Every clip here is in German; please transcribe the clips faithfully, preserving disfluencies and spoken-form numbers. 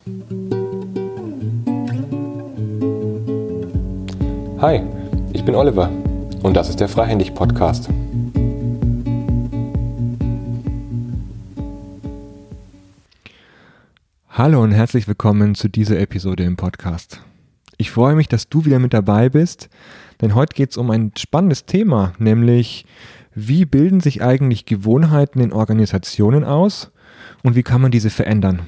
Hi, ich bin Oliver und das ist der Freihändig-Podcast. Hallo und herzlich willkommen zu dieser Episode im Podcast. Ich freue mich, dass du wieder mit dabei bist, denn heute geht es um ein spannendes Thema, nämlich wie bilden sich eigentlich Gewohnheiten in Organisationen aus und wie kann man diese verändern?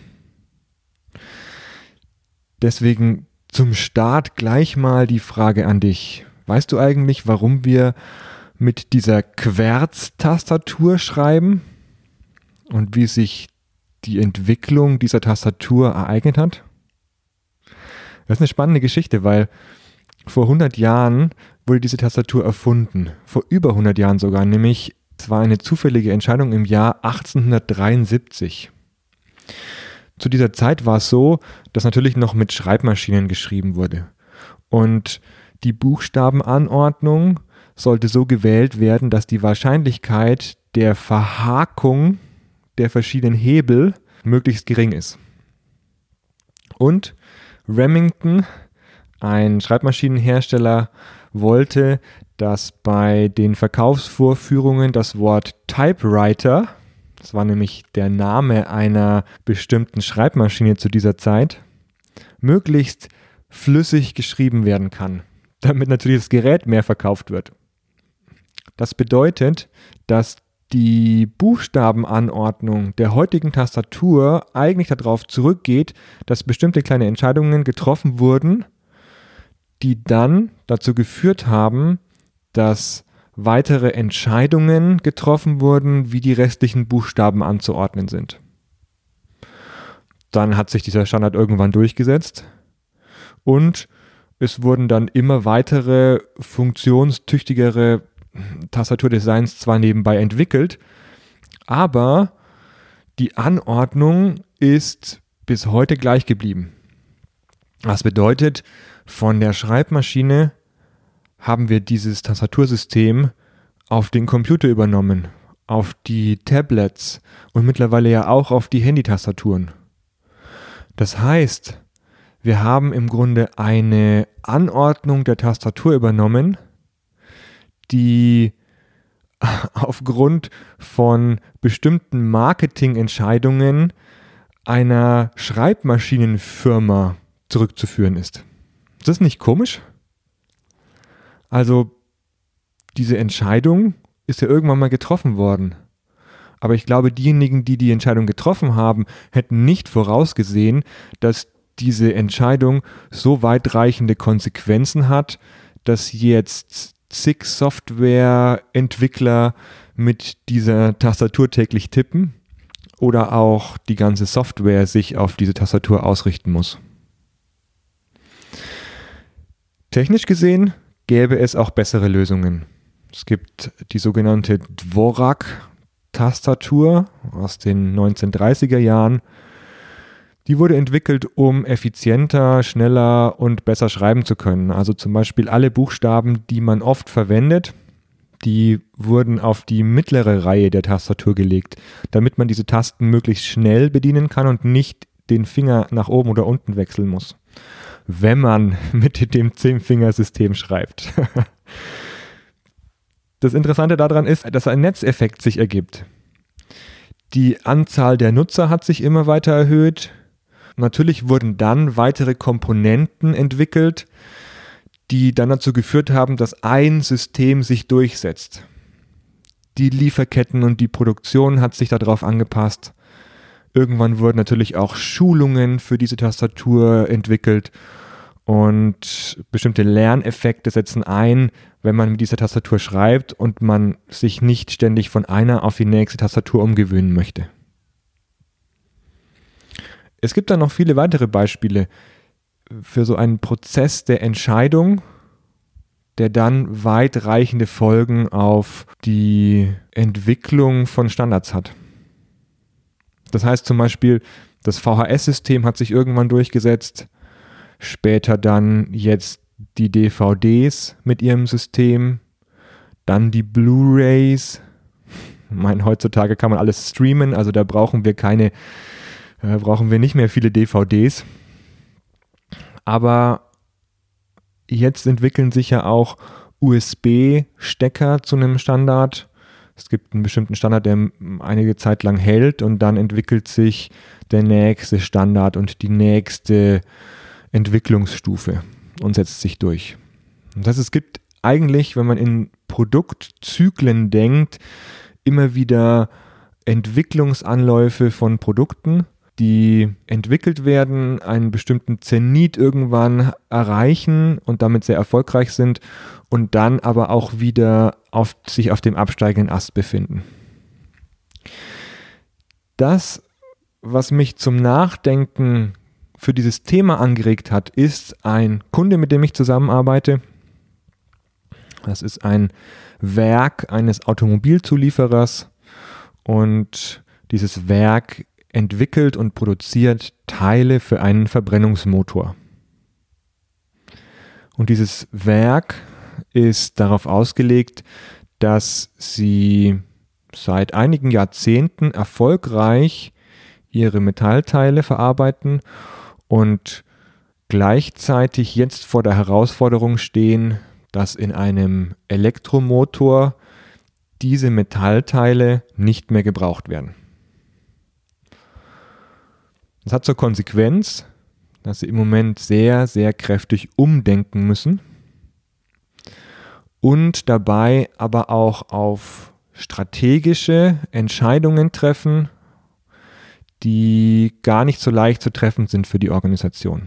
Deswegen zum Start gleich mal die Frage an dich. Weißt du eigentlich, warum wir mit dieser Querz-Tastatur schreiben und wie sich die Entwicklung dieser Tastatur ereignet hat? Das ist eine spannende Geschichte, weil vor hundert Jahren wurde diese Tastatur erfunden. Vor über hundert Jahren sogar, nämlich es war eine zufällige Entscheidung im Jahr achtzehnhundertdreiundsiebzig. Zu dieser Zeit war es so, dass natürlich noch mit Schreibmaschinen geschrieben wurde. Und die Buchstabenanordnung sollte so gewählt werden, dass die Wahrscheinlichkeit der Verhakung der verschiedenen Hebel möglichst gering ist. Und Remington, ein Schreibmaschinenhersteller, wollte, dass bei den Verkaufsvorführungen das Wort Typewriter, das war nämlich der Name einer bestimmten Schreibmaschine zu dieser Zeit, möglichst flüssig geschrieben werden kann, damit natürlich das Gerät mehr verkauft wird. Das bedeutet, dass die Buchstabenanordnung der heutigen Tastatur eigentlich darauf zurückgeht, dass bestimmte kleine Entscheidungen getroffen wurden, die dann dazu geführt haben, dass weitere Entscheidungen getroffen wurden, wie die restlichen Buchstaben anzuordnen sind. Dann hat sich dieser Standard irgendwann durchgesetzt und es wurden dann immer weitere funktionstüchtigere Tastaturdesigns zwar nebenbei entwickelt, aber die Anordnung ist bis heute gleich geblieben. Das bedeutet, von der Schreibmaschine haben wir dieses Tastatursystem auf den Computer übernommen, auf die Tablets und mittlerweile ja auch auf die Handytastaturen. Das heißt, wir haben im Grunde eine Anordnung der Tastatur übernommen, die aufgrund von bestimmten Marketingentscheidungen einer Schreibmaschinenfirma zurückzuführen ist. Ist das nicht komisch? Also diese Entscheidung ist ja irgendwann mal getroffen worden. Aber ich glaube, diejenigen, die die Entscheidung getroffen haben, hätten nicht vorausgesehen, dass diese Entscheidung so weitreichende Konsequenzen hat, dass jetzt zig Softwareentwickler mit dieser Tastatur täglich tippen oder auch die ganze Software sich auf diese Tastatur ausrichten muss. Technisch gesehen gäbe es auch bessere Lösungen. Es gibt die sogenannte Dvorak-Tastatur aus den neunzehnhundertdreißiger Jahren. Die wurde entwickelt, um effizienter, schneller und besser schreiben zu können. Also zum Beispiel alle Buchstaben, die man oft verwendet, die wurden auf die mittlere Reihe der Tastatur gelegt, damit man diese Tasten möglichst schnell bedienen kann und nicht den Finger nach oben oder unten wechseln muss, wenn man mit dem Zehn-Finger-System schreibt. Das Interessante daran ist, dass ein Netzeffekt sich ergibt. Die Anzahl der Nutzer hat sich immer weiter erhöht. Natürlich wurden dann weitere Komponenten entwickelt, die dann dazu geführt haben, dass ein System sich durchsetzt. Die Lieferketten und die Produktion hat sich darauf angepasst. Irgendwann wurden natürlich auch Schulungen für diese Tastatur entwickelt und bestimmte Lerneffekte setzen ein, wenn man mit dieser Tastatur schreibt und man sich nicht ständig von einer auf die nächste Tastatur umgewöhnen möchte. Es gibt dann noch viele weitere Beispiele für so einen Prozess der Entscheidung, der dann weitreichende Folgen auf die Entwicklung von Standards hat. Das heißt zum Beispiel, das V H S-System hat sich irgendwann durchgesetzt, später dann jetzt die D V Ds mit ihrem System, dann die Blu-rays. Ich meine, heutzutage kann man alles streamen, also da brauchen wir keine Da brauchen wir nicht mehr viele D V Ds. Aber jetzt entwickeln sich ja auch U S B-Stecker zu einem Standard. Es gibt einen bestimmten Standard, der einige Zeit lang hält und dann entwickelt sich der nächste Standard und die nächste Entwicklungsstufe und setzt sich durch. Das heißt, es gibt eigentlich, wenn man in Produktzyklen denkt, immer wieder Entwicklungsanläufe von Produkten, die entwickelt werden, einen bestimmten Zenit irgendwann erreichen und damit sehr erfolgreich sind und dann aber auch wieder auf, sich auf dem absteigenden Ast befinden. Das, was mich zum Nachdenken für dieses Thema angeregt hat, ist ein Kunde, mit dem ich zusammenarbeite. Das ist ein Werk eines Automobilzulieferers und dieses Werk entwickelt und produziert Teile für einen Verbrennungsmotor. Und dieses Werk ist darauf ausgelegt, dass sie seit einigen Jahrzehnten erfolgreich ihre Metallteile verarbeiten und gleichzeitig jetzt vor der Herausforderung stehen, dass in einem Elektromotor diese Metallteile nicht mehr gebraucht werden. Das hat zur Konsequenz, dass sie im Moment sehr, sehr kräftig umdenken müssen und dabei aber auch auf strategische Entscheidungen treffen, die gar nicht so leicht zu treffen sind für die Organisation.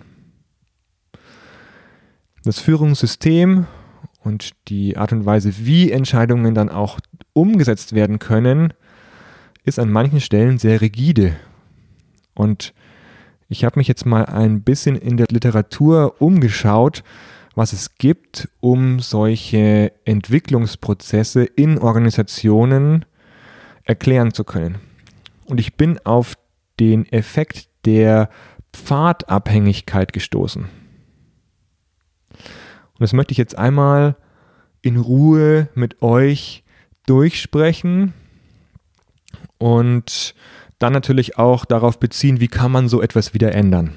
Das Führungssystem und die Art und Weise, wie Entscheidungen dann auch umgesetzt werden können, ist an manchen Stellen sehr rigide. Und ich habe mich jetzt mal ein bisschen in der Literatur umgeschaut, was es gibt, um solche Entwicklungsprozesse in Organisationen erklären zu können. Und ich bin auf den Effekt der Pfadabhängigkeit gestoßen. Und das möchte ich jetzt einmal in Ruhe mit euch durchsprechen und dann natürlich auch darauf beziehen, wie kann man so etwas wieder ändern.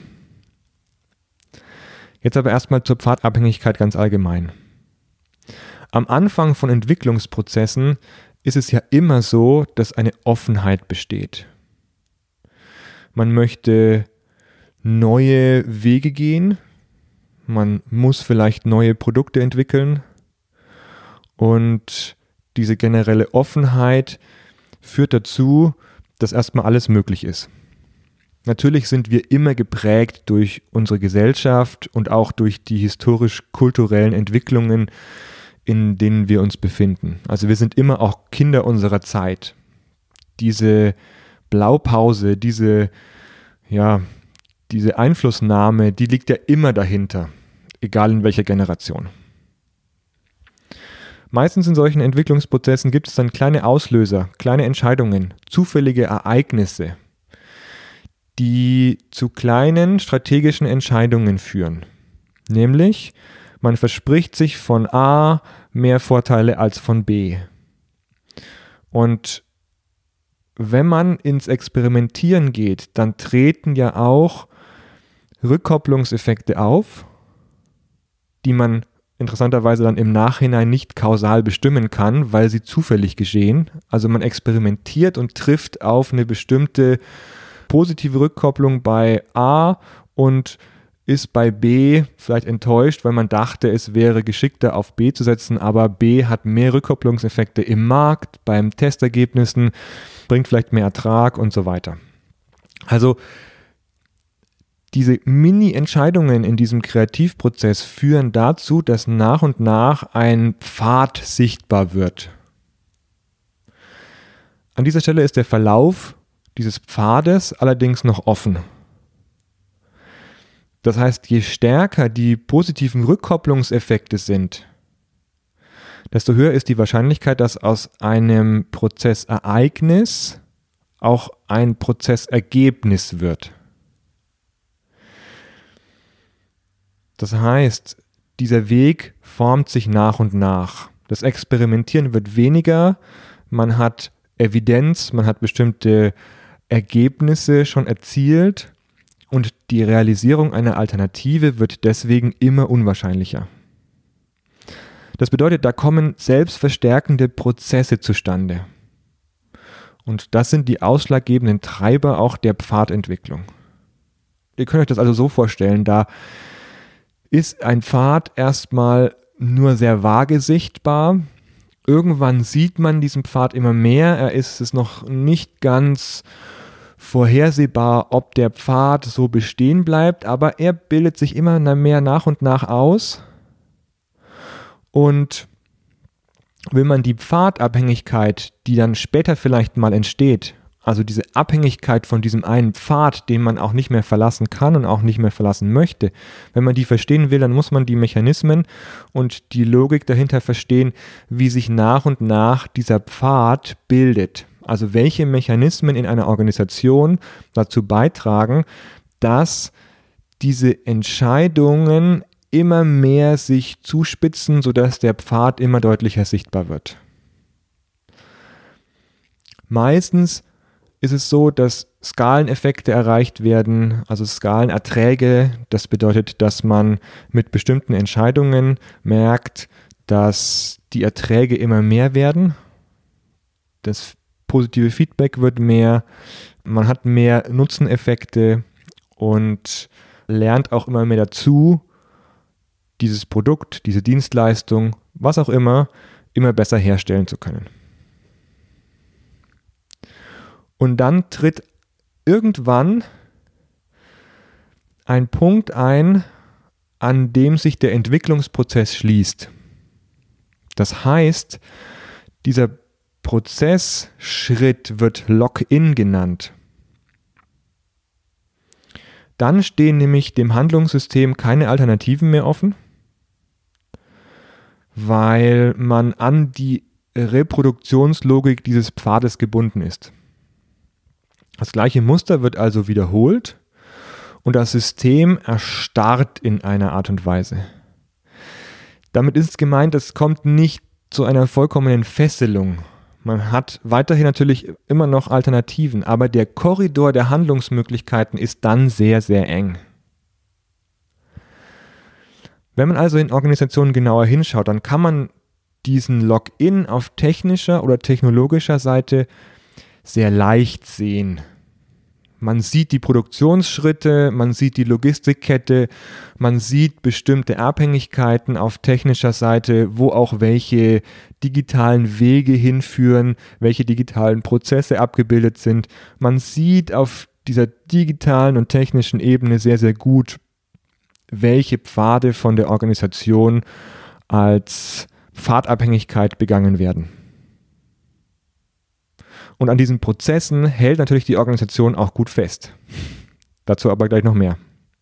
Jetzt aber erstmal zur Pfadabhängigkeit ganz allgemein. Am Anfang von Entwicklungsprozessen ist es ja immer so, dass eine Offenheit besteht. Man möchte neue Wege gehen, man muss vielleicht neue Produkte entwickeln und diese generelle Offenheit führt dazu, dass erstmal alles möglich ist. Natürlich sind wir immer geprägt durch unsere Gesellschaft und auch durch die historisch-kulturellen Entwicklungen, in denen wir uns befinden. Also wir sind immer auch Kinder unserer Zeit. Diese Blaupause, diese, ja, diese Einflussnahme, die liegt ja immer dahinter, egal in welcher Generation. Meistens in solchen Entwicklungsprozessen gibt es dann kleine Auslöser, kleine Entscheidungen, zufällige Ereignisse, die zu kleinen strategischen Entscheidungen führen. Nämlich, man verspricht sich von A mehr Vorteile als von B. Und wenn man ins Experimentieren geht, dann treten ja auch Rückkopplungseffekte auf, die man interessanterweise dann im Nachhinein nicht kausal bestimmen kann, weil sie zufällig geschehen. Also man experimentiert und trifft auf eine bestimmte positive Rückkopplung bei A und ist bei B vielleicht enttäuscht, weil man dachte, es wäre geschickter auf B zu setzen, aber B hat mehr Rückkopplungseffekte im Markt, beim Testergebnissen, bringt vielleicht mehr Ertrag und so weiter. Also diese Mini-Entscheidungen in diesem Kreativprozess führen dazu, dass nach und nach ein Pfad sichtbar wird. An dieser Stelle ist der Verlauf dieses Pfades allerdings noch offen. Das heißt, je stärker die positiven Rückkopplungseffekte sind, desto höher ist die Wahrscheinlichkeit, dass aus einem Prozessereignis auch ein Prozessergebnis wird. Das heißt, dieser Weg formt sich nach und nach. Das Experimentieren wird weniger, man hat Evidenz, man hat bestimmte Ergebnisse schon erzielt und die Realisierung einer Alternative wird deswegen immer unwahrscheinlicher. Das bedeutet, da kommen selbstverstärkende Prozesse zustande. Und das sind die ausschlaggebenden Treiber auch der Pfadentwicklung. Ihr könnt euch das also so vorstellen, da ist ein Pfad erstmal nur sehr vage sichtbar. Irgendwann sieht man diesen Pfad immer mehr. Er ist es noch nicht ganz vorhersehbar, ob der Pfad so bestehen bleibt, aber er bildet sich immer mehr nach und nach aus. Und will man die Pfadabhängigkeit, die dann später vielleicht mal entsteht, also diese Abhängigkeit von diesem einen Pfad, den man auch nicht mehr verlassen kann und auch nicht mehr verlassen möchte, wenn man die verstehen will, dann muss man die Mechanismen und die Logik dahinter verstehen, wie sich nach und nach dieser Pfad bildet. Also welche Mechanismen in einer Organisation dazu beitragen, dass diese Entscheidungen immer mehr sich zuspitzen, sodass der Pfad immer deutlicher sichtbar wird. Meistens ist es so, dass Skaleneffekte erreicht werden, also Skalenerträge. Das bedeutet, dass man mit bestimmten Entscheidungen merkt, dass die Erträge immer mehr werden. Das positive Feedback wird mehr, man hat mehr Nutzeneffekte und lernt auch immer mehr dazu, dieses Produkt, diese Dienstleistung, was auch immer, immer besser herstellen zu können. Und dann tritt irgendwann ein Punkt ein, an dem sich der Entwicklungsprozess schließt. Das heißt, dieser Prozessschritt wird Lock-in genannt. Dann stehen nämlich dem Handlungssystem keine Alternativen mehr offen, weil man an die Reproduktionslogik dieses Pfades gebunden ist. Das gleiche Muster wird also wiederholt und das System erstarrt in einer Art und Weise. Damit ist gemeint, es kommt nicht zu einer vollkommenen Fesselung. Man hat weiterhin natürlich immer noch Alternativen, aber der Korridor der Handlungsmöglichkeiten ist dann sehr, sehr eng. Wenn man also in Organisationen genauer hinschaut, dann kann man diesen Login auf technischer oder technologischer Seite sehr leicht sehen. Man sieht die Produktionsschritte, man sieht die Logistikkette, man sieht bestimmte Abhängigkeiten auf technischer Seite, wo auch welche digitalen Wege hinführen, welche digitalen Prozesse abgebildet sind. Man sieht auf dieser digitalen und technischen Ebene sehr, sehr gut, welche Pfade von der Organisation als Pfadabhängigkeit begangen werden. Und an diesen Prozessen hält natürlich die Organisation auch gut fest. Dazu aber gleich noch mehr.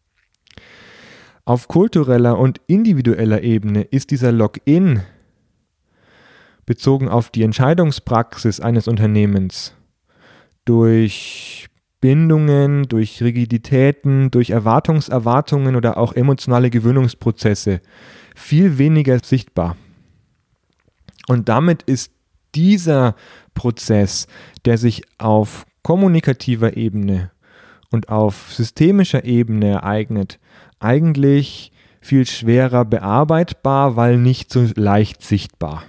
Auf kultureller und individueller Ebene ist dieser Login bezogen auf die Entscheidungspraxis eines Unternehmens durch Bindungen, durch Rigiditäten, durch Erwartungserwartungen oder auch emotionale Gewöhnungsprozesse viel weniger sichtbar. Und damit ist dieser Prozess, der sich auf kommunikativer Ebene und auf systemischer Ebene ereignet, eigentlich viel schwerer bearbeitbar, weil nicht so leicht sichtbar.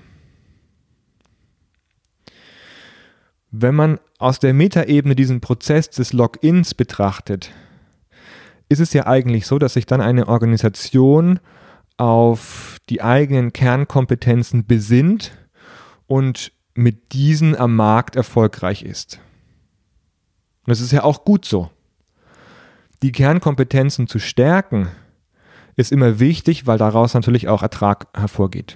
Wenn man aus der Metaebene diesen Prozess des Logins betrachtet, ist es ja eigentlich so, dass sich dann eine Organisation auf die eigenen Kernkompetenzen besinnt und mit diesen am Markt erfolgreich ist. Und das ist ja auch gut so. Die Kernkompetenzen zu stärken, ist immer wichtig, weil daraus natürlich auch Ertrag hervorgeht.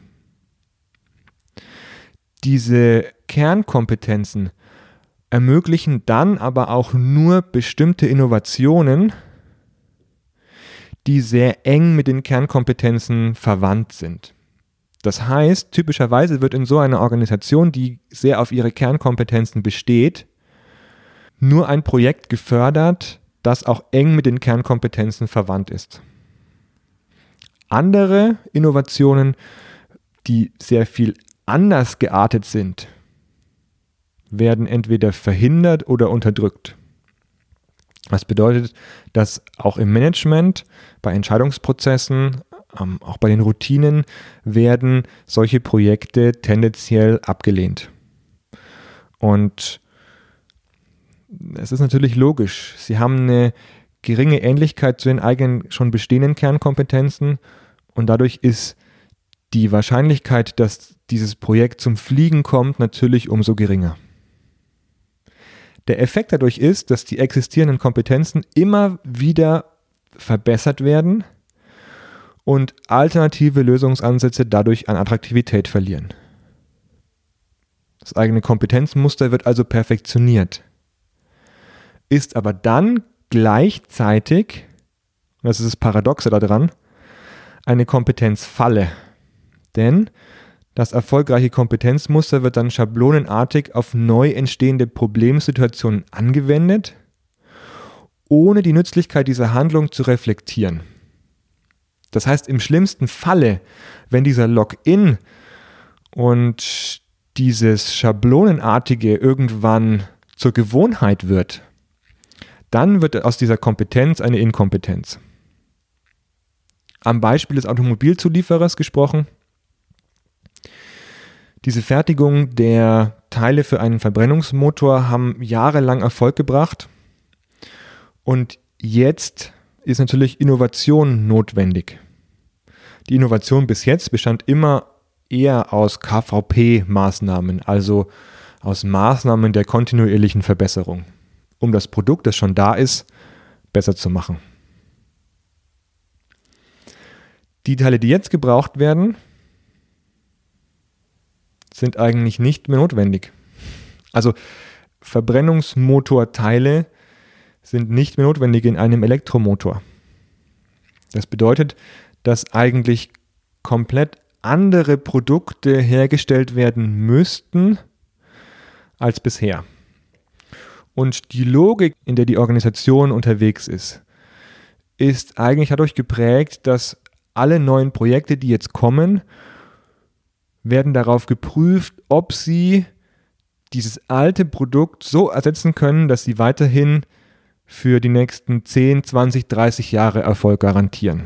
Diese Kernkompetenzen ermöglichen dann aber auch nur bestimmte Innovationen, die sehr eng mit den Kernkompetenzen verwandt sind. Das heißt, typischerweise wird in so einer Organisation, die sehr auf ihre Kernkompetenzen besteht, nur ein Projekt gefördert, das auch eng mit den Kernkompetenzen verwandt ist. Andere Innovationen, die sehr viel anders geartet sind, werden entweder verhindert oder unterdrückt. Das bedeutet, dass auch im Management, bei Entscheidungsprozessen, ähm, auch bei den Routinen werden solche Projekte tendenziell abgelehnt. Und es ist natürlich logisch. Sie haben eine geringe Ähnlichkeit zu den eigenen schon bestehenden Kernkompetenzen und dadurch ist die Wahrscheinlichkeit, dass dieses Projekt zum Fliegen kommt, natürlich umso geringer. Der Effekt dadurch ist, dass die existierenden Kompetenzen immer wieder verbessert werden und alternative Lösungsansätze dadurch an Attraktivität verlieren. Das eigene Kompetenzmuster wird also perfektioniert, ist aber dann gleichzeitig, und das ist das Paradoxe daran, eine Kompetenzfalle. Denn das erfolgreiche Kompetenzmuster wird dann schablonenartig auf neu entstehende Problemsituationen angewendet, ohne die Nützlichkeit dieser Handlung zu reflektieren. Das heißt, im schlimmsten Falle, wenn dieser Login und dieses Schablonenartige irgendwann zur Gewohnheit wird, dann wird aus dieser Kompetenz eine Inkompetenz. Am Beispiel des Automobilzulieferers gesprochen: Diese Fertigung der Teile für einen Verbrennungsmotor haben jahrelang Erfolg gebracht und jetzt ist natürlich Innovation notwendig. Die Innovation bis jetzt bestand immer eher aus K V P-Maßnahmen, also aus Maßnahmen der kontinuierlichen Verbesserung, um das Produkt, das schon da ist, besser zu machen. Die Teile, die jetzt gebraucht werden, sind eigentlich nicht mehr notwendig. Also Verbrennungsmotorteile sind nicht mehr notwendig in einem Elektromotor. Das bedeutet, dass eigentlich komplett andere Produkte hergestellt werden müssten als bisher. Und die Logik, in der die Organisation unterwegs ist, ist eigentlich dadurch geprägt, dass alle neuen Projekte, die jetzt kommen, werden darauf geprüft, ob sie dieses alte Produkt so ersetzen können, dass sie weiterhin für die nächsten zehn, zwanzig, dreißig Jahre Erfolg garantieren.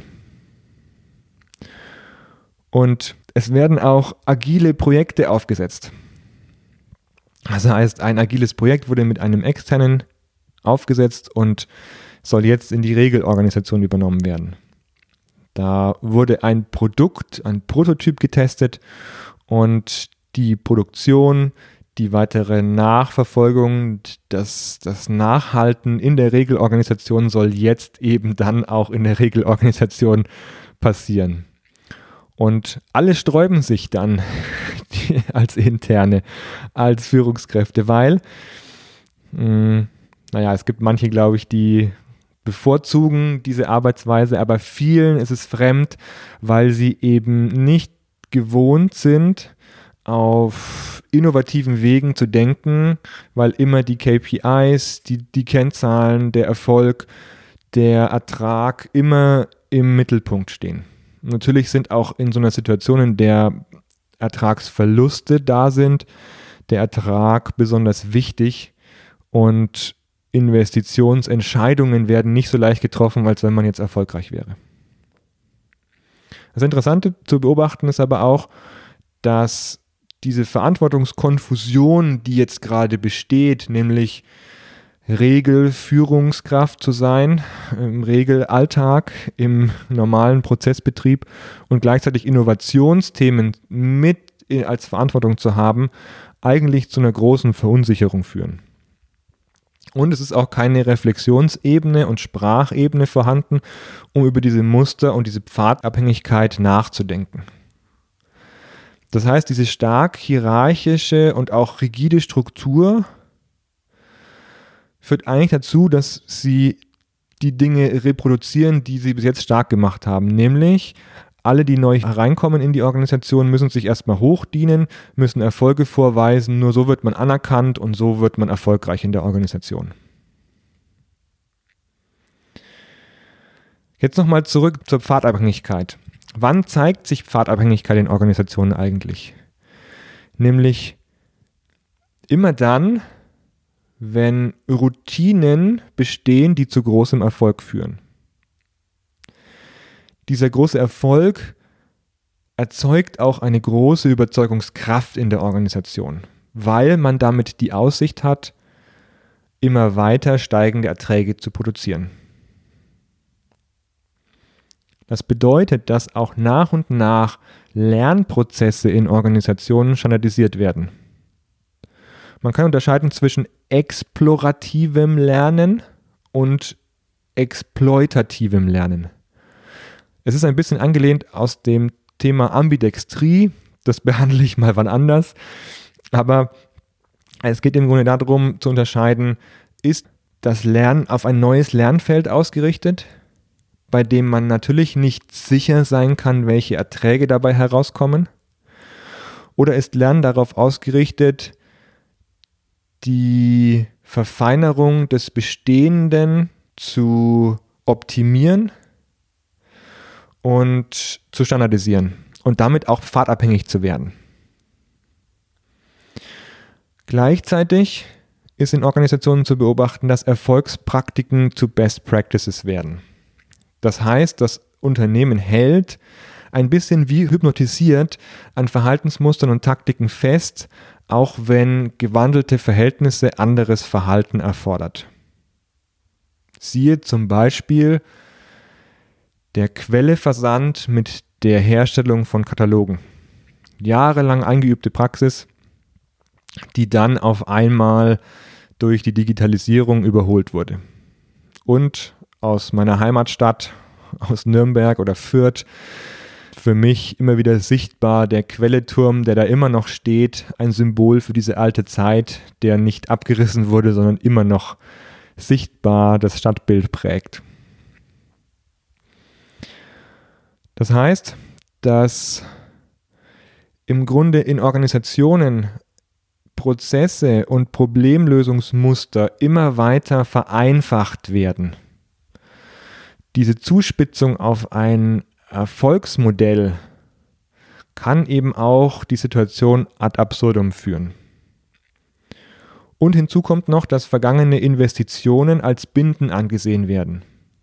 Und es werden auch agile Projekte aufgesetzt. Das heißt, ein agiles Projekt wurde mit einem externen aufgesetzt und soll jetzt in die Regelorganisation übernommen werden. Da wurde ein Produkt, ein Prototyp getestet und die Produktion, die weitere Nachverfolgung, das, das Nachhalten in der Regelorganisation soll jetzt eben dann auch in der Regelorganisation passieren. Und alle sträuben sich dann die, als Interne, als Führungskräfte, weil, mh, naja, es gibt manche, glaube ich, die bevorzugen diese Arbeitsweise, aber vielen ist es fremd, weil sie eben nicht gewohnt sind, auf innovativen Wegen zu denken, weil immer die K P Is, die, die Kennzahlen, der Erfolg, der Ertrag immer im Mittelpunkt stehen. Natürlich sind auch in so einer Situation, in der Ertragsverluste da sind, der Ertrag besonders wichtig und Investitionsentscheidungen werden nicht so leicht getroffen, als wenn man jetzt erfolgreich wäre. Das Interessante zu beobachten ist aber auch, dass diese Verantwortungskonfusion, die jetzt gerade besteht, nämlich Regelführungskraft zu sein, im Regelalltag, im normalen Prozessbetrieb und gleichzeitig Innovationsthemen mit als Verantwortung zu haben, eigentlich zu einer großen Verunsicherung führen. Und es ist auch keine Reflexionsebene und Sprachebene vorhanden, um über diese Muster und diese Pfadabhängigkeit nachzudenken. Das heißt, diese stark hierarchische und auch rigide Struktur führt eigentlich dazu, dass sie die Dinge reproduzieren, die sie bis jetzt stark gemacht haben. Nämlich, alle, die neu reinkommen in die Organisation, müssen sich erstmal hochdienen, müssen Erfolge vorweisen. Nur so wird man anerkannt und so wird man erfolgreich in der Organisation. Jetzt nochmal zurück zur Pfadabhängigkeit. Wann zeigt sich Pfadabhängigkeit in Organisationen eigentlich? Nämlich immer dann, wenn Routinen bestehen, die zu großem Erfolg führen. Dieser große Erfolg erzeugt auch eine große Überzeugungskraft in der Organisation, weil man damit die Aussicht hat, immer weiter steigende Erträge zu produzieren. Das bedeutet, dass auch nach und nach Lernprozesse in Organisationen standardisiert werden. Man kann unterscheiden zwischen explorativem Lernen und exploitativem Lernen. Es ist ein bisschen angelehnt aus dem Thema Ambidextrie, das behandle ich mal wann anders, aber es geht im Grunde darum zu unterscheiden, ist das Lernen auf ein neues Lernfeld ausgerichtet, bei dem man natürlich nicht sicher sein kann, welche Erträge dabei herauskommen, oder ist Lernen darauf ausgerichtet, die Verfeinerung des Bestehenden zu optimieren und zu standardisieren und damit auch pfadabhängig zu werden. Gleichzeitig ist in Organisationen zu beobachten, dass Erfolgspraktiken zu Best Practices werden. Das heißt, das Unternehmen hält ein bisschen wie hypnotisiert an Verhaltensmustern und Taktiken fest, auch wenn gewandelte Verhältnisse anderes Verhalten erfordert. Siehe zum Beispiel der Quelleversand mit der Herstellung von Katalogen. Jahrelang eingeübte Praxis, die dann auf einmal durch die Digitalisierung überholt wurde. Und aus meiner Heimatstadt, aus Nürnberg oder Fürth, für mich immer wieder sichtbar der Quelleturm, der da immer noch steht, ein Symbol für diese alte Zeit, der nicht abgerissen wurde, sondern immer noch sichtbar das Stadtbild prägt. Das heißt, dass im Grunde in Organisationen Prozesse und Problemlösungsmuster immer weiter vereinfacht werden. Diese Zuspitzung auf ein Erfolgsmodell kann eben auch die Situation ad absurdum führen. Und hinzu kommt noch, dass vergangene Investitionen als Binden angesehen werden,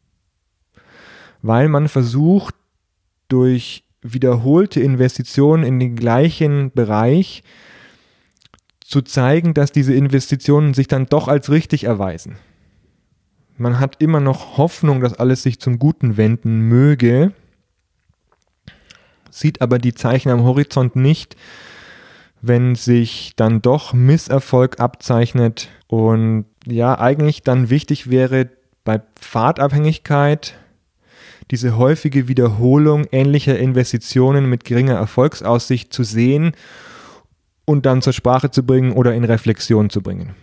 weil man versucht, durch wiederholte Investitionen in den gleichen Bereich zu zeigen, dass diese Investitionen sich dann doch als richtig erweisen. Man hat immer noch Hoffnung, dass alles sich zum Guten wenden möge, sieht aber die Zeichen am Horizont nicht, wenn sich dann doch Misserfolg abzeichnet und ja, eigentlich dann wichtig wäre, bei Pfadabhängigkeit diese häufige Wiederholung ähnlicher Investitionen mit geringer Erfolgsaussicht zu sehen und dann zur Sprache zu bringen oder in Reflexion zu bringen.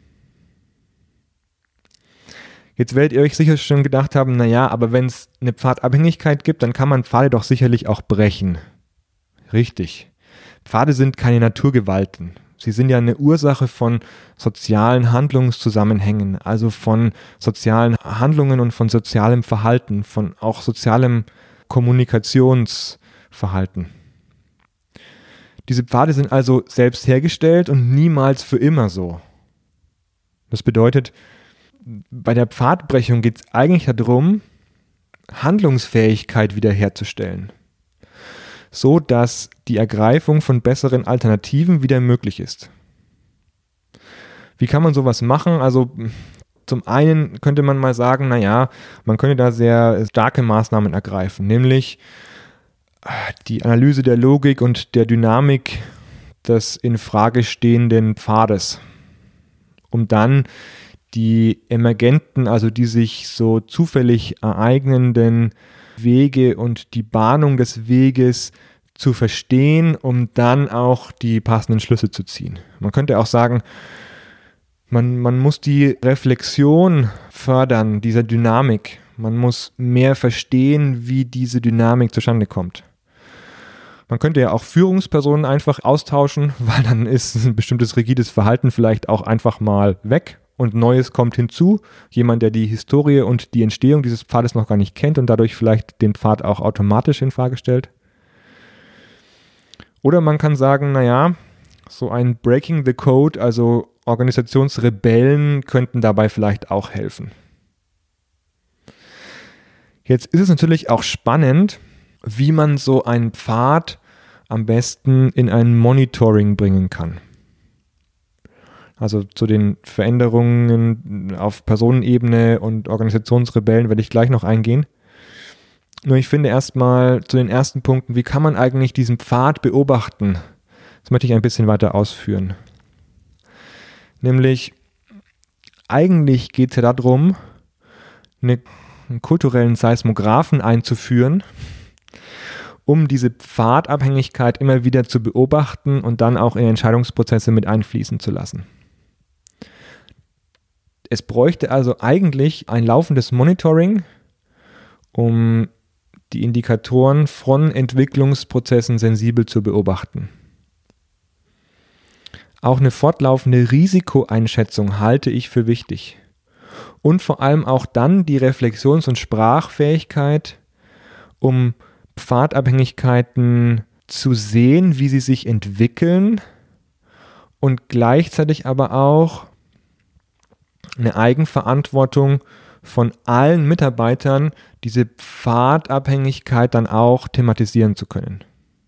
Jetzt werdet ihr euch sicher schon gedacht haben, naja, aber wenn es eine Pfadabhängigkeit gibt, dann kann man Pfade doch sicherlich auch brechen. Richtig. Pfade sind keine Naturgewalten. Sie sind ja eine Ursache von sozialen Handlungszusammenhängen, also von sozialen Handlungen und von sozialem Verhalten, von auch sozialem Kommunikationsverhalten. Diese Pfade sind also selbst hergestellt und niemals für immer so. Das bedeutet, bei der Pfadbrechung geht es eigentlich darum, Handlungsfähigkeit wiederherzustellen, so dass die Ergreifung von besseren Alternativen wieder möglich ist. Wie kann man sowas machen? Also zum einen könnte man mal sagen, naja, man könnte da sehr starke Maßnahmen ergreifen, nämlich die Analyse der Logik und der Dynamik des in Frage stehenden Pfades, um dann die emergenten, also die sich so zufällig ereignenden Wege und die Bahnung des Weges zu verstehen, um dann auch die passenden Schlüsse zu ziehen. Man könnte auch sagen, man, man muss die Reflexion fördern, dieser Dynamik. Man muss mehr verstehen, wie diese Dynamik zustande kommt. Man könnte ja auch Führungspersonen einfach austauschen, weil dann ist ein bestimmtes rigides Verhalten vielleicht auch einfach mal weg. Und Neues kommt hinzu, jemand, der die Historie und die Entstehung dieses Pfades noch gar nicht kennt und dadurch vielleicht den Pfad auch automatisch in Frage stellt. Oder man kann sagen, naja, so ein Breaking the Code, also Organisationsrebellen könnten dabei vielleicht auch helfen. Jetzt ist es natürlich auch spannend, wie man so einen Pfad am besten in ein Monitoring bringen kann. Also zu den Veränderungen auf Personenebene und Organisationsrebellen werde ich gleich noch eingehen. Nur ich finde erstmal zu den ersten Punkten, wie kann man eigentlich diesen Pfad beobachten? Das möchte ich ein bisschen weiter ausführen. Nämlich, eigentlich geht es ja darum, eine, einen kulturellen Seismographen einzuführen, um diese Pfadabhängigkeit immer wieder zu beobachten und dann auch in Entscheidungsprozesse mit einfließen zu lassen. Es bräuchte also eigentlich ein laufendes Monitoring, um die Indikatoren von Entwicklungsprozessen sensibel zu beobachten. Auch eine fortlaufende Risikoeinschätzung halte ich für wichtig. Und vor allem auch dann die Reflexions- und Sprachfähigkeit, um Pfadabhängigkeiten zu sehen, wie sie sich entwickeln und gleichzeitig aber auch eine Eigenverantwortung von allen Mitarbeitern, diese Pfadabhängigkeit dann auch thematisieren zu können.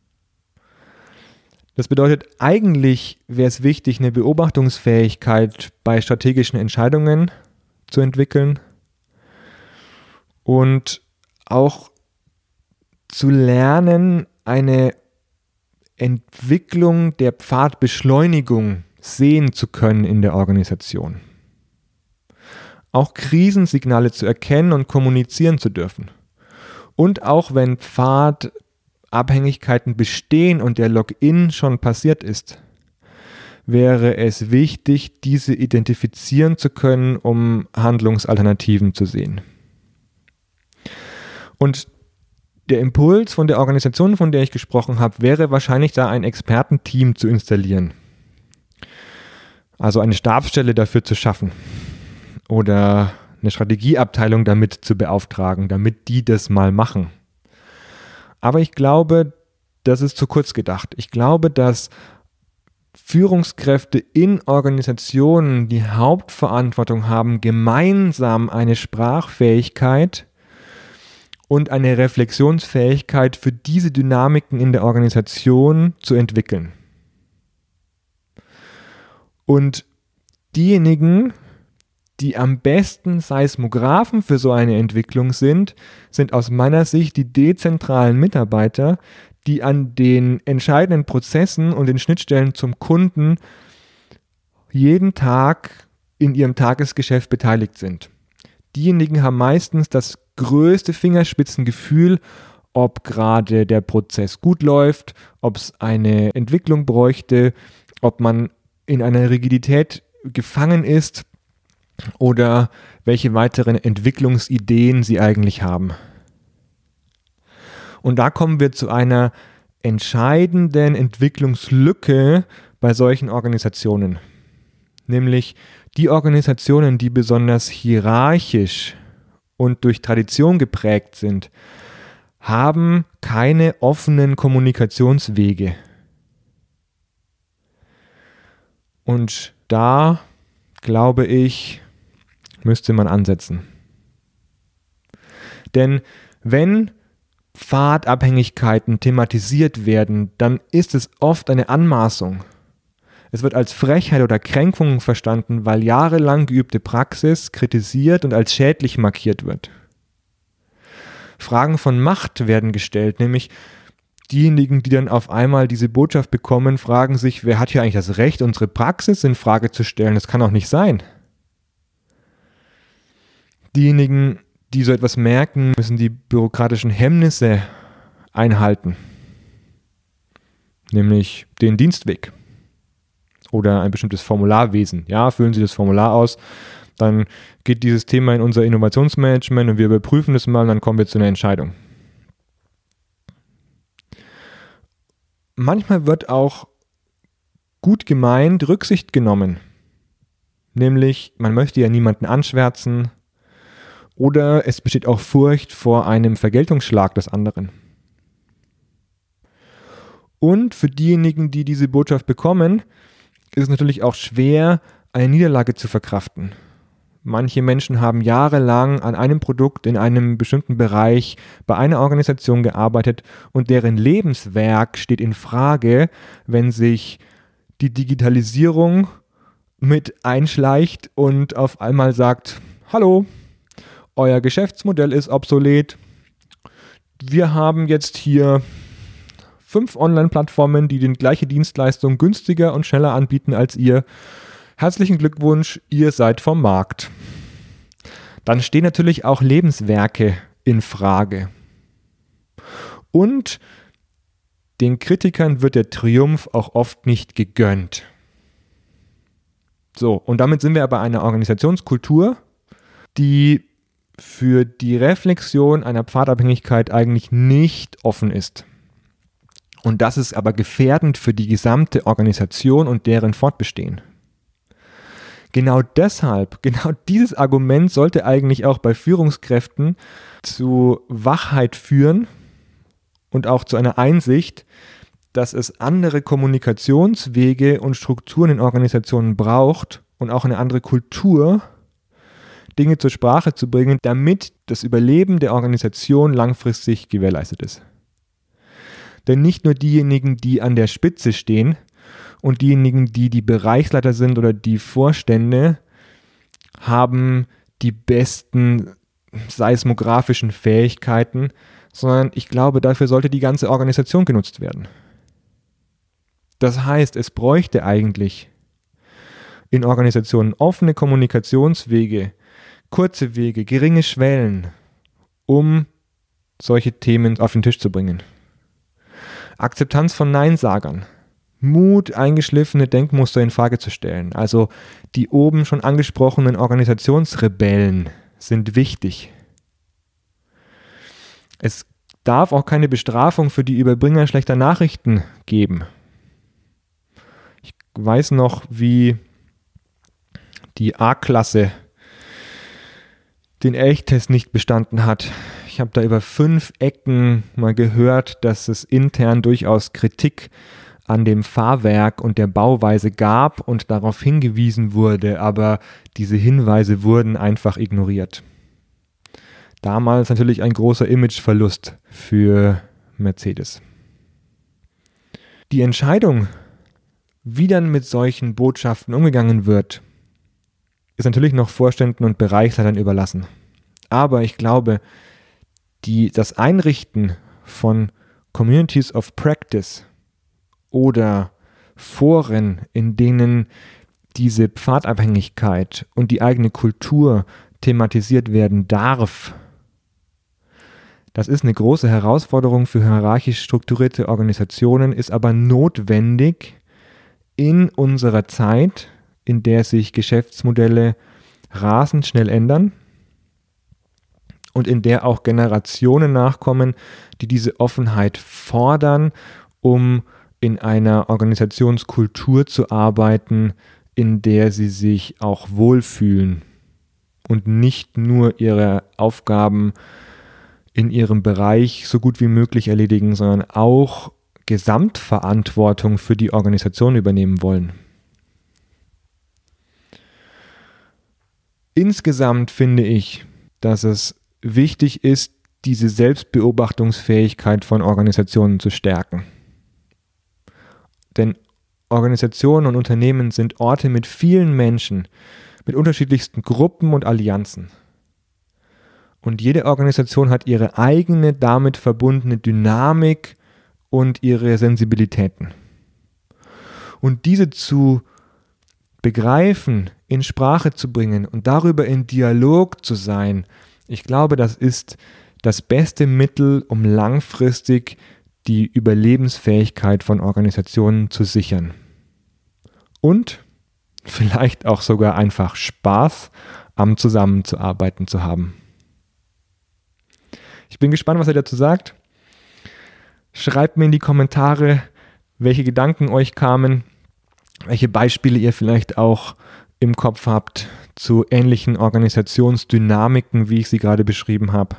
Das bedeutet, eigentlich wäre es wichtig, eine Beobachtungsfähigkeit bei strategischen Entscheidungen zu entwickeln und auch zu lernen, eine Entwicklung der Pfadbeschleunigung sehen zu können in der Organisation. Auch Krisensignale zu erkennen und kommunizieren zu dürfen. Und auch wenn Pfadabhängigkeiten bestehen und der Login schon passiert ist, wäre es wichtig, diese identifizieren zu können, um Handlungsalternativen zu sehen. Und der Impuls von der Organisation, von der ich gesprochen habe, wäre wahrscheinlich da ein Expertenteam zu installieren. Also eine Stabsstelle dafür zu schaffen. Oder eine Strategieabteilung damit zu beauftragen, damit die das mal machen. Aber ich glaube, das ist zu kurz gedacht. Ich glaube, dass Führungskräfte in Organisationen die Hauptverantwortung haben, gemeinsam eine Sprachfähigkeit und eine Reflexionsfähigkeit für diese Dynamiken in der Organisation zu entwickeln. Und diejenigen, die am besten Seismographen für so eine Entwicklung sind, sind aus meiner Sicht die dezentralen Mitarbeiter, die an den entscheidenden Prozessen und den Schnittstellen zum Kunden jeden Tag in ihrem Tagesgeschäft beteiligt sind. Diejenigen haben meistens das größte Fingerspitzengefühl, ob gerade der Prozess gut läuft, ob es eine Entwicklung bräuchte, ob man in einer Rigidität gefangen ist oder welche weiteren Entwicklungsideen sie eigentlich haben. Und da kommen wir zu einer entscheidenden Entwicklungslücke bei solchen Organisationen. Nämlich die Organisationen, die besonders hierarchisch und durch Tradition geprägt sind, haben keine offenen Kommunikationswege. Und da, glaube ich, müsste man ansetzen. Denn wenn Pfadabhängigkeiten thematisiert werden, dann ist es oft eine Anmaßung. Es wird als Frechheit oder Kränkung verstanden, weil jahrelang geübte Praxis kritisiert und als schädlich markiert wird. Fragen von Macht werden gestellt, nämlich diejenigen, die dann auf einmal diese Botschaft bekommen, fragen sich, wer hat hier eigentlich das Recht, unsere Praxis in Frage zu stellen? Das kann doch nicht sein. Diejenigen, die so etwas merken, müssen die bürokratischen Hemmnisse einhalten, nämlich den Dienstweg oder ein bestimmtes Formularwesen. Ja, füllen Sie das Formular aus, dann geht dieses Thema in unser Innovationsmanagement und wir überprüfen es mal und dann kommen wir zu einer Entscheidung. Manchmal wird auch gut gemeint Rücksicht genommen, nämlich man möchte ja niemanden anschwärzen, oder es besteht auch Furcht vor einem Vergeltungsschlag des anderen. Und für diejenigen, die diese Botschaft bekommen, ist es natürlich auch schwer, eine Niederlage zu verkraften. Manche Menschen haben jahrelang an einem Produkt in einem bestimmten Bereich bei einer Organisation gearbeitet und deren Lebenswerk steht in Frage, wenn sich die Digitalisierung mit einschleicht und auf einmal sagt, hallo, euer Geschäftsmodell ist obsolet. Wir haben jetzt hier fünf Online-Plattformen, die die gleiche Dienstleistung günstiger und schneller anbieten als ihr. Herzlichen Glückwunsch, ihr seid vom Markt. Dann stehen natürlich auch Lebenswerke in Frage. Und den Kritikern wird der Triumph auch oft nicht gegönnt. So, und damit sind wir bei einer Organisationskultur, die für die Reflexion einer Pfadabhängigkeit eigentlich nicht offen ist. Und das ist aber gefährdend für die gesamte Organisation und deren Fortbestehen. Genau deshalb, genau dieses Argument sollte eigentlich auch bei Führungskräften zu Wachheit führen und auch zu einer Einsicht, dass es andere Kommunikationswege und Strukturen in Organisationen braucht und auch eine andere Kultur, Dinge zur Sprache zu bringen, damit das Überleben der Organisation langfristig gewährleistet ist. Denn nicht nur diejenigen, die an der Spitze stehen, und diejenigen, die die Bereichsleiter sind oder die Vorstände, haben die besten seismografischen Fähigkeiten, sondern ich glaube, dafür sollte die ganze Organisation genutzt werden. Das heißt, es bräuchte eigentlich in Organisationen offene Kommunikationswege, kurze Wege, geringe Schwellen, um solche Themen auf den Tisch zu bringen. Akzeptanz von Neinsagern. Mut, eingeschliffene Denkmuster in Frage zu stellen. Also die oben schon angesprochenen Organisationsrebellen sind wichtig. Es darf auch keine Bestrafung für die Überbringer schlechter Nachrichten geben. Ich weiß noch, wie die A-Klasse den Elchtest nicht bestanden hat. Ich habe da über fünf Ecken mal gehört, dass es intern durchaus Kritik an dem Fahrwerk und der Bauweise gab und darauf hingewiesen wurde, aber diese Hinweise wurden einfach ignoriert. Damals natürlich ein großer Imageverlust für Mercedes. Die Entscheidung, wie dann mit solchen Botschaften umgegangen wird, ist natürlich noch Vorständen und Bereichsleitern überlassen. Aber ich glaube, die, das Einrichten von Communities of Practice oder Foren, in denen diese Pfadabhängigkeit und die eigene Kultur thematisiert werden darf, das ist eine große Herausforderung für hierarchisch strukturierte Organisationen, ist aber notwendig in unserer Zeit, in der sich Geschäftsmodelle rasend schnell ändern und in der auch Generationen nachkommen, die diese Offenheit fordern, um in einer Organisationskultur zu arbeiten, in der sie sich auch wohlfühlen und nicht nur ihre Aufgaben in ihrem Bereich so gut wie möglich erledigen, sondern auch Gesamtverantwortung für die Organisation übernehmen wollen. Insgesamt finde ich, dass es wichtig ist, diese Selbstbeobachtungsfähigkeit von Organisationen zu stärken. Denn Organisationen und Unternehmen sind Orte mit vielen Menschen, mit unterschiedlichsten Gruppen und Allianzen. Und jede Organisation hat ihre eigene damit verbundene Dynamik und ihre Sensibilitäten. Und diese zu begreifen, in Sprache zu bringen und darüber in Dialog zu sein, ich glaube, das ist das beste Mittel, um langfristig die Überlebensfähigkeit von Organisationen zu sichern. Und vielleicht auch sogar einfach Spaß am Zusammenzuarbeiten zu haben. Ich bin gespannt, was ihr dazu sagt. Schreibt mir in die Kommentare, welche Gedanken euch kamen, welche Beispiele ihr vielleicht auch im Kopf habt zu ähnlichen Organisationsdynamiken, wie ich sie gerade beschrieben habe.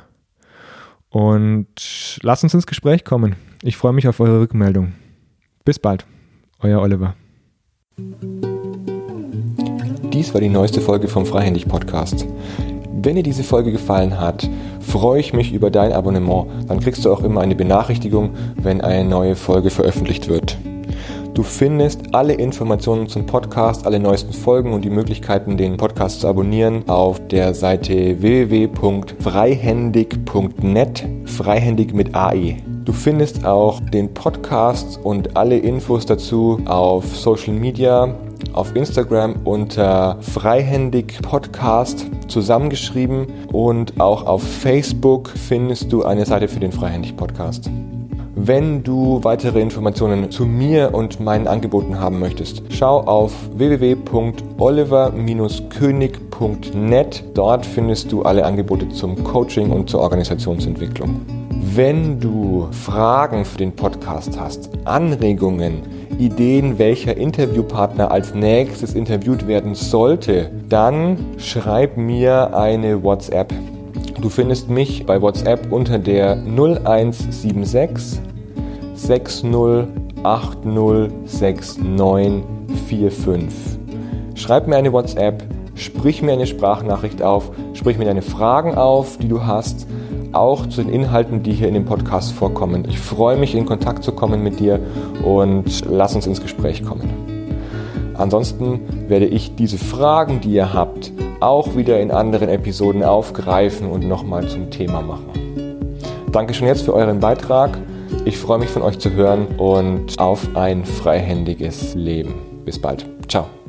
Und lasst uns ins Gespräch kommen. Ich freue mich auf eure Rückmeldung. Bis bald, euer Oliver. dies war die neueste Folge vom Freihändig Podcast. Wenn dir diese Folge gefallen hat, freue ich mich über dein Abonnement. Dann kriegst du auch immer eine Benachrichtigung, wenn eine neue Folge veröffentlicht wird. Du findest alle Informationen zum Podcast, alle neuesten Folgen und die Möglichkeiten, den Podcast zu abonnieren, auf der Seite w w w punkt freihändig punkt net, freihändig mit A E. Du findest auch den Podcast und alle Infos dazu auf Social Media, auf Instagram unter Freihändig Podcast zusammengeschrieben, und auch auf Facebook findest du eine Seite für den Freihändig Podcast. Wenn du weitere Informationen zu mir und meinen Angeboten haben möchtest, schau auf w w w punkt oliver Bindestrich könig punkt net. Dort findest du alle Angebote zum Coaching und zur Organisationsentwicklung. Wenn du Fragen für den Podcast hast, Anregungen, Ideen, welcher Interviewpartner als nächstes interviewt werden sollte, dann schreib mir eine WhatsApp. Du findest mich bei WhatsApp unter der null eins sieben sechs sechs null acht null sechs neun vier fünf. Schreib mir eine WhatsApp, sprich mir eine Sprachnachricht auf, sprich mir deine Fragen auf, die du hast, auch zu den Inhalten, die hier in dem Podcast vorkommen. Ich freue mich, in Kontakt zu kommen mit dir, und lass uns ins Gespräch kommen. Ansonsten werde ich diese Fragen, die ihr habt, auch wieder in anderen Episoden aufgreifen und nochmal zum Thema machen. Danke schon jetzt für euren Beitrag. Ich freue mich, von euch zu hören, und auf ein freihändiges Leben. Bis bald. Ciao.